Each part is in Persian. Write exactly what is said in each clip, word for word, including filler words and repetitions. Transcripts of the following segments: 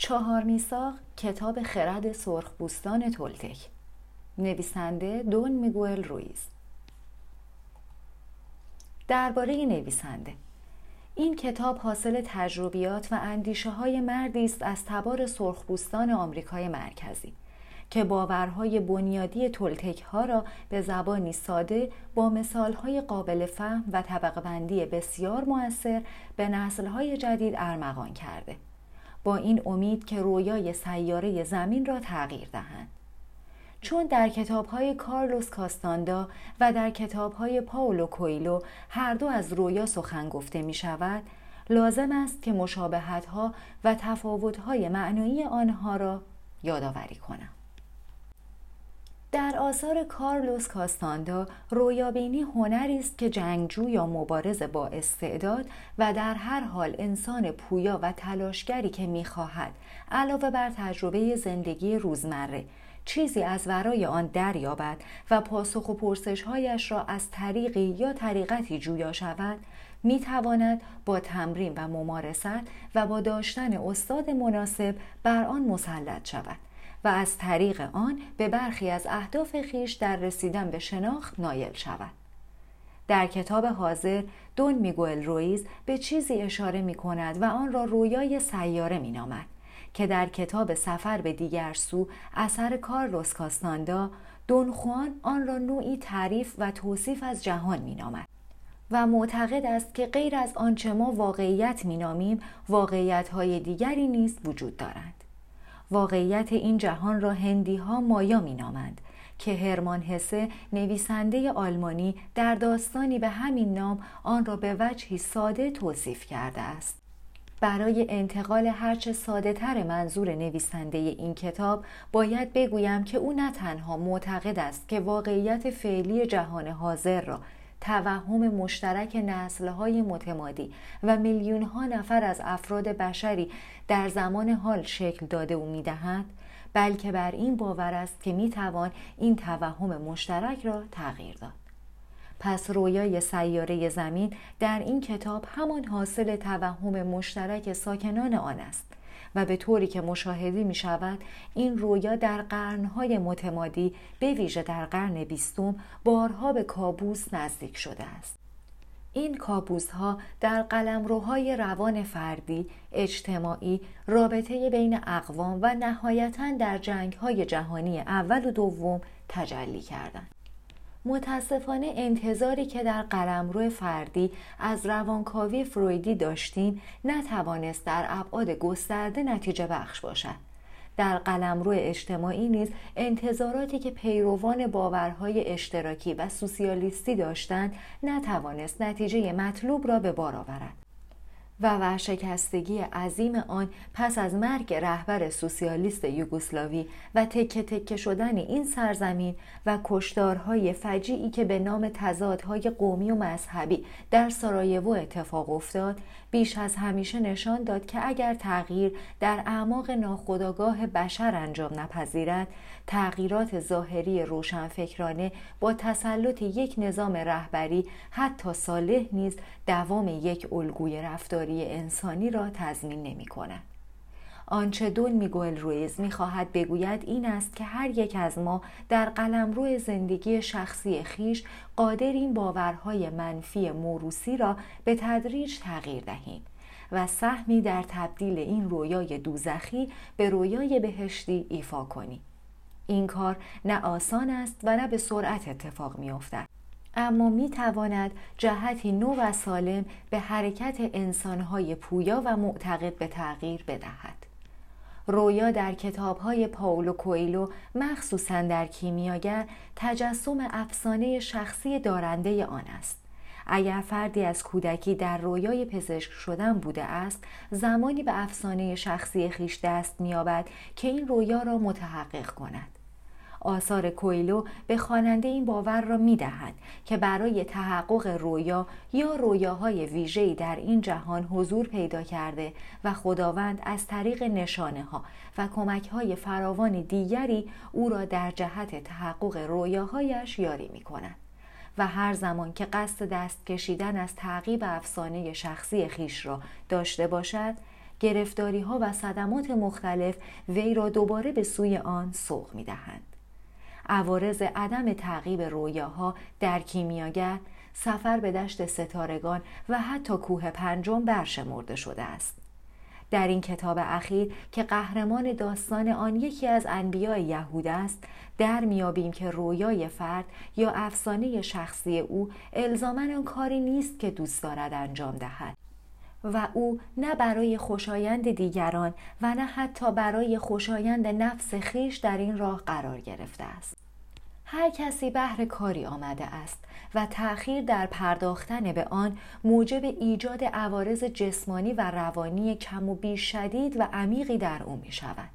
چهار میثاق کتاب خرد سرخپوستان تولتک. نویسنده دون میگوئل رویز. درباره نویسنده: این کتاب حاصل تجربیات و اندیشه های مردی است از تبار سرخپوستان آمریکای مرکزی که باورهای بنیادی تولتک ها را به زبانی ساده با مثال های قابل فهم و طبقه بندی بسیار مؤثر به نسل های جدید ارمغان کرده، با این امید که رویای سیاره زمین را تغییر دهند. چون در کتاب‌های کارلوس کاستاندا و در کتاب‌های پائولو کوئلو هر دو از رویا سخن گفته می‌شود، لازم است که مشابهت‌ها و تفاوت‌های معنایی آنها را یادآوری کنم. در آثار کارلوس کاستاندا رویابینی هنری است که جنگجو یا مبارز با استعداد و در هر حال انسان پویا و تلاشگری که می‌خواهد علاوه بر تجربه زندگی روزمره چیزی از ورای آن دریابد و پاسخ و پرسش‌هایش را از طریقی یا طریقتی جویا شود، می‌تواند با تمرین و ممارست و با داشتن استاد مناسب بر آن مسلط شود و از طریق آن به برخی از اهداف خویش در رسیدن به شناخت نایل شود. در کتاب حاضر دون میگوئل رویز به چیزی اشاره می‌کند و آن را رویای سیاره می‌نامد که در کتاب سفر به دیگر سو اثر کارلوس کاستاندا، دون خوان آن را نوعی تعریف و توصیف از جهان می‌نامد و معتقد است که غیر از آنچه ما واقعیت می‌نامیم واقعیت‌های دیگری نیز وجود دارند. واقعیت این جهان را هندی‌ها مایا می‌نامند که هرمان هسه نویسنده آلمانی در داستانی به همین نام آن را به وجهی ساده توصیف کرده است. برای انتقال هرچه ساده تر منظور نویسنده این کتاب باید بگویم که او نه تنها معتقد است که واقعیت فعلی جهان حاضر را توهم مشترک نسل‌های متمادی و میلیون‌ها نفر از افراد بشری در زمان حال شکل داده و می‌دهد، بلکه بر این باور است که می‌توان این توهم مشترک را تغییر داد. پس رویای سیاره زمین در این کتاب همان حاصل توهم مشترک ساکنان آن است و به طوری که مشاهده می شود این رویا در قرنهای متمادی به ویژه در قرن بیستم بارها به کابوس نزدیک شده است. این کابوس ها در قلمروهای روان فردی، اجتماعی، رابطه بین اقوام و نهایتاً در جنگ‌های جهانی اول و دوم تجلی کردند. متاسفانه انتظاری که در قلمرو فردی از روانکاوی فرویدی داشتیم نتوانست در ابعاد گسترده نتیجه بخش باشد. در قلمرو اجتماعی نیز انتظاراتی که پیروان باورهای اشتراکی و سوسیالیستی داشتند نتوانست نتیجه مطلوب را به بار آورد و ورشکستگی عظیم آن پس از مرگ رهبر سوسیالیست یوگسلاوی و تکه تکه شدن این سرزمین و کشتارهای فجیعی که به نام تضادهای قومی و مذهبی در سارایوو اتفاق افتاد، بیش از همیشه نشان داد که اگر تغییر در اعماق ناخودآگاه بشر انجام نپذیرد، تغییرات ظاهری روشنفکرانه با تسلط یک نظام رهبری حتی صالح نیز دوام یک الگوی رفتاری انسانی را تضمین نمی کند. آنچه دون میگوئل رویز میخواهد بگوید این است که هر یک از ما در قلمرو زندگی شخصی خیش قادریم باورهای منفی موروثی را به تدریج تغییر دهیم و سهمی در تبدیل این رویای دوزخی به رویای بهشتی ایفا کنیم. این کار نه آسان است و نه به سرعت اتفاق میافتد، اما می تواند جهتی نو و سالم به حرکت انسانهای پویا و معتقد به تغییر بدهد. رویا در کتاب‌های پائولو کوئلو مخصوصاً در کیمیاگر تجسم افسانه شخصی دارنده آن است. اگر فردی از کودکی در رویای پزشک شدن بوده است، زمانی به افسانه شخصی خیش دست می‌یابد که این رویا را متحقق کند. آثار کوئلو به خواننده این باور را می‌دهد که برای تحقق رویا یا رویاهای ویژه‌ای در این جهان حضور پیدا کرده و خداوند از طریق نشانه‌ها و کمک‌های فراوان دیگری او را در جهت تحقق رویاهایش یاری می‌کند و هر زمان که قصد دست کشیدن از تعقیب افسانه شخصی خیش را داشته باشد، گرفتاری ها و صدمات مختلف وی را دوباره به سوی آن سوق می دهند. عوارض عدم تعقیب رویاها در کیمیاگر، سفر به دشت ستارگان و حتی کوه پنجم برشمرده شده است. در این کتاب اخیر که قهرمان داستان آن یکی از انبیاء یهود است، در میابیم که رویای فرد یا افسانه شخصی او الزاماً آن کاری نیست که دوست دارد انجام دهد و او نه برای خوشایند دیگران و نه حتی برای خوشایند نفس خویش در این راه قرار گرفته است. هر کسی بهر کاری آمده است و تأخیر در پرداختن به آن موجب ایجاد عوارض جسمانی و روانی کم و بیش شدید و عمیقی در او می شود.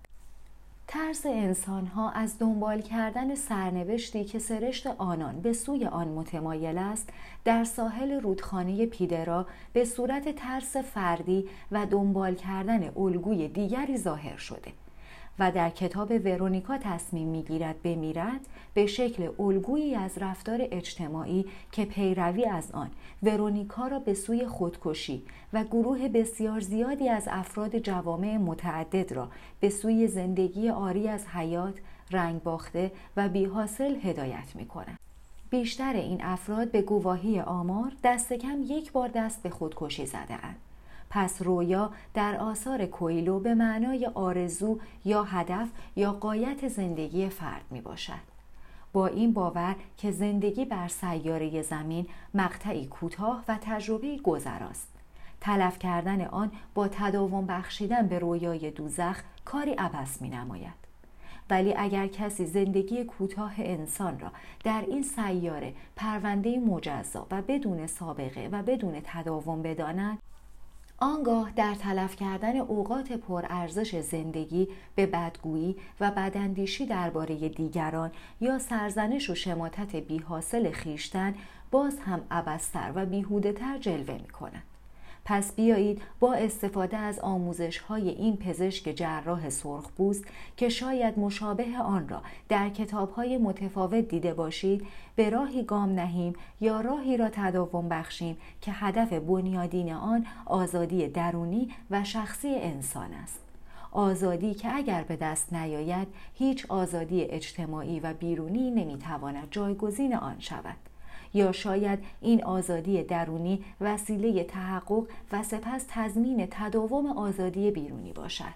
ترس انسانها از دنبال کردن سرنوشتی که سرشت آنان به سوی آن متمایل است، در ساحل رودخانه پیدرا به صورت ترس فردی و دنبال کردن الگوی دیگری ظاهر شده و در کتاب ورونیکا تصمیم می‌گیرد بمیرد به شکل الگویی از رفتار اجتماعی که پیروی از آن ورونیکا را به سوی خودکشی و گروه بسیار زیادی از افراد جوامع متعدد را به سوی زندگی عاری از حیات، رنگ باخته و بی‌حاصل هدایت می‌کند. بیشتر این افراد به گواهی آمار دست کم یک بار دست به خودکشی زده‌اند. پس رویا در آثار کویلو به معنای آرزو یا هدف یا غایت زندگی فرد می باشد. با این باور که زندگی بر سیاره زمین مقطعی کوتاه و تجربه گذراست. تلف کردن آن با تداوم بخشیدن به رویای دوزخ کاری عبث می نماید. ولی اگر کسی زندگی کوتاه انسان را در این سیاره پرونده مجزا و بدون سابقه و بدون تداوم بداند، آنگاه در تلف کردن اوقات پرارزش زندگی به بدگویی و بداندیشی درباره دیگران یا سرزنش و شماتت بی‌حاصل خویشتن باز هم عبث‌تر و بیهوده‌تر جلوه می‌کند. پس بیایید با استفاده از آموزش‌های این پزشک جراح سرخپوست که شاید مشابه آن را در کتاب‌های متفاوت دیده باشید، به راهی گام نهیم یا راهی را تداوم بخشیم که هدف بنیادین آن آزادی درونی و شخصی انسان است. آزادی که اگر به دست نیاید، هیچ آزادی اجتماعی و بیرونی نمی‌تواند جایگزین آن شود. یا شاید این آزادی درونی وسیله تحقق و سپس تضمین تداوم آزادی بیرونی باشد.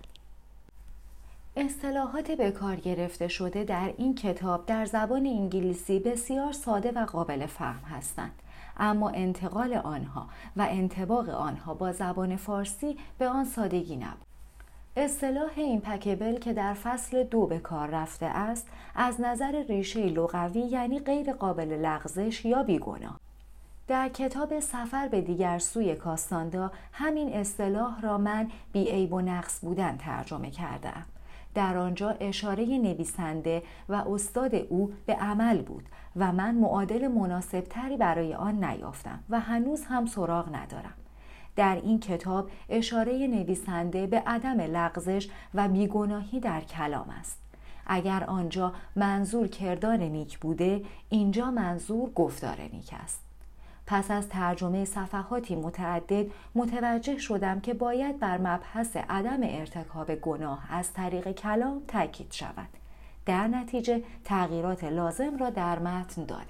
اصطلاحات به کار گرفته شده در این کتاب در زبان انگلیسی بسیار ساده و قابل فهم هستند، اما انتقال آنها و انطباق آنها با زبان فارسی به آن سادگی نبود. اصطلاح ایمپکبل که در فصل دو به کار رفته است، از نظر ریشه لغوی یعنی غیر قابل لغزش یا بیگناه. در کتاب سفر به دیگر سوی کاستاندا همین اصطلاح را من بی عیب و نقص بودن ترجمه کردم. در آنجا اشاره نویسنده و استاد او به عمل بود و من معادل مناسب تری برای آن نیافتم و هنوز هم سراغ ندارم. در این کتاب اشاره نویسنده به عدم لغزش و بیگناهی در کلام است. اگر آنجا منظور کردار نیک بوده، اینجا منظور گفتار نیک است. پس از ترجمه صفحاتی متعدد متوجه شدم که باید بر مبحث عدم ارتکاب گناه از طریق کلام تاکید شود. در نتیجه تغییرات لازم را در متن دادم.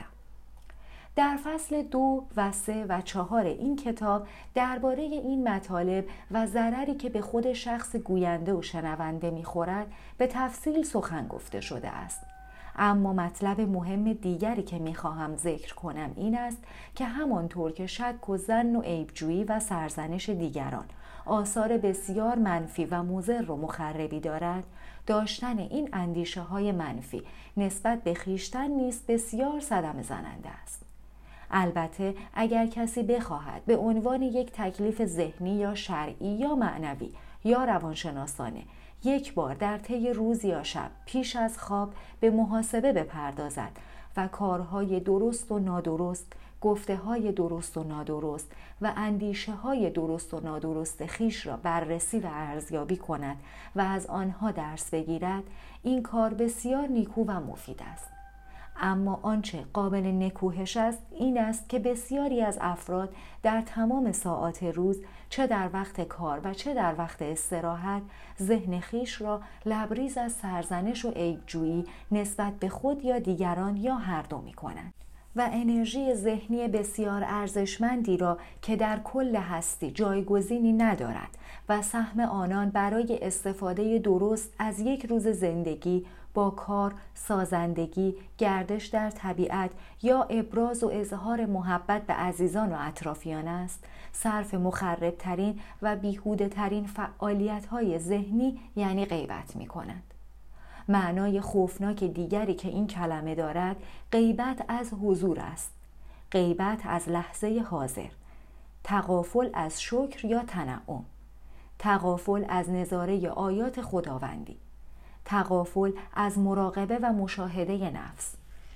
در فصل دو و سه و چهار این کتاب درباره این مطالب و ضرری که به خود شخص گوینده و شنونده می‌خورد به تفصیل سخن گفته شده است. اما مطلب مهم دیگری که می‌خواهم ذکر کنم این است که همانطور که شک و ظن و عیبجویی و سرزنش دیگران آثار بسیار منفی و مضر و مخربی دارد، داشتن این اندیشه‌های منفی نسبت به خویشتن نیز بسیار صدمه زننده است. البته اگر کسی بخواهد به عنوان یک تکلیف ذهنی یا شرعی یا معنوی یا روانشناسانه یک بار در طی روز یا شب پیش از خواب به محاسبه بپردازد و کارهای درست و نادرست، گفته‌های درست و نادرست و اندیشه‌های درست و نادرست خویش را بررسی و ارزیابی کند و از آنها درس بگیرد، این کار بسیار نیکو و مفید است. اما آنچه قابل نکوهش است این است که بسیاری از افراد در تمام ساعات روز، چه در وقت کار و چه در وقت استراحت، ذهن خیش را لبریز از سرزنش و عیب‌جویی نسبت به خود یا دیگران یا هر دو می‌کنند و انرژی ذهنی بسیار ارزشمندی را که در کل هستی جایگزینی ندارد و سهم آنان برای استفاده درست از یک روز زندگی با کار، سازندگی، گردش در طبیعت یا ابراز و اظهار محبت به عزیزان و اطرافیان است، صرف مخربترین و بیهوده ترین فعالیت های ذهنی یعنی غیبت می کنند. معنای خوفناک دیگری که این کلمه دارد غیبت از حضور است، غیبت از لحظه حاضر، تغافل از شکر یا تنعم، تغافل از نظاره آیات خداوندی، تغافل از مراقبه و مشاهده نفس،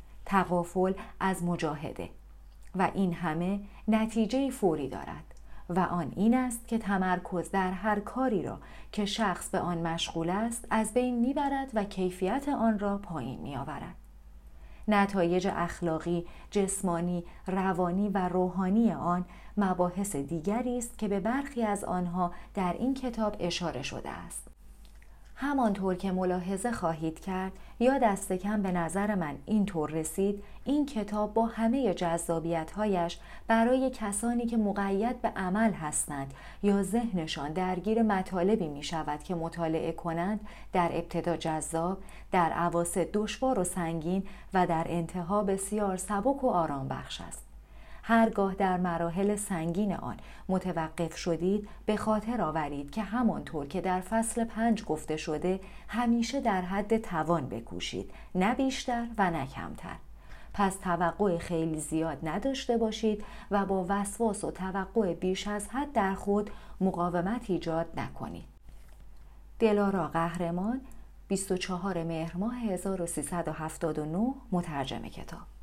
تغافل از مجاهده و این همه نتیجه فوری دارد و آن این است که تمرکز در هر کاری را که شخص به آن مشغول است از بین میبرد و کیفیت آن را پایین میآورد. نتایج اخلاقی، جسمانی، روانی و روحانی آن مباحث دیگری است که به برخی از آنها در این کتاب اشاره شده است. همانطور که ملاحظه خواهید کرد یا دست کم به نظر من اینطور رسید، این کتاب با همه جذابیت‌هایش برای کسانی که مقید به عمل هستند یا ذهنشان درگیر مطالبی می شود که مطالعه کنند، در ابتدا جذاب، در اواسط دشوار و سنگین و در انتها بسیار سبک و آرام بخش است. هرگاه در مراحل سنگین آن متوقف شدید، به خاطر آورید که همانطور که در فصل پنج گفته شده همیشه در حد توان بکوشید، نه بیشتر و نه کمتر. پس توقع خیلی زیاد نداشته باشید و با وسواس و توقع بیش از حد در خود مقاومت ایجاد نکنید. دلارا قهرمان، بیست و چهارم مهر ماه هزار و سیصد و هفتاد و نه، مترجم کتاب.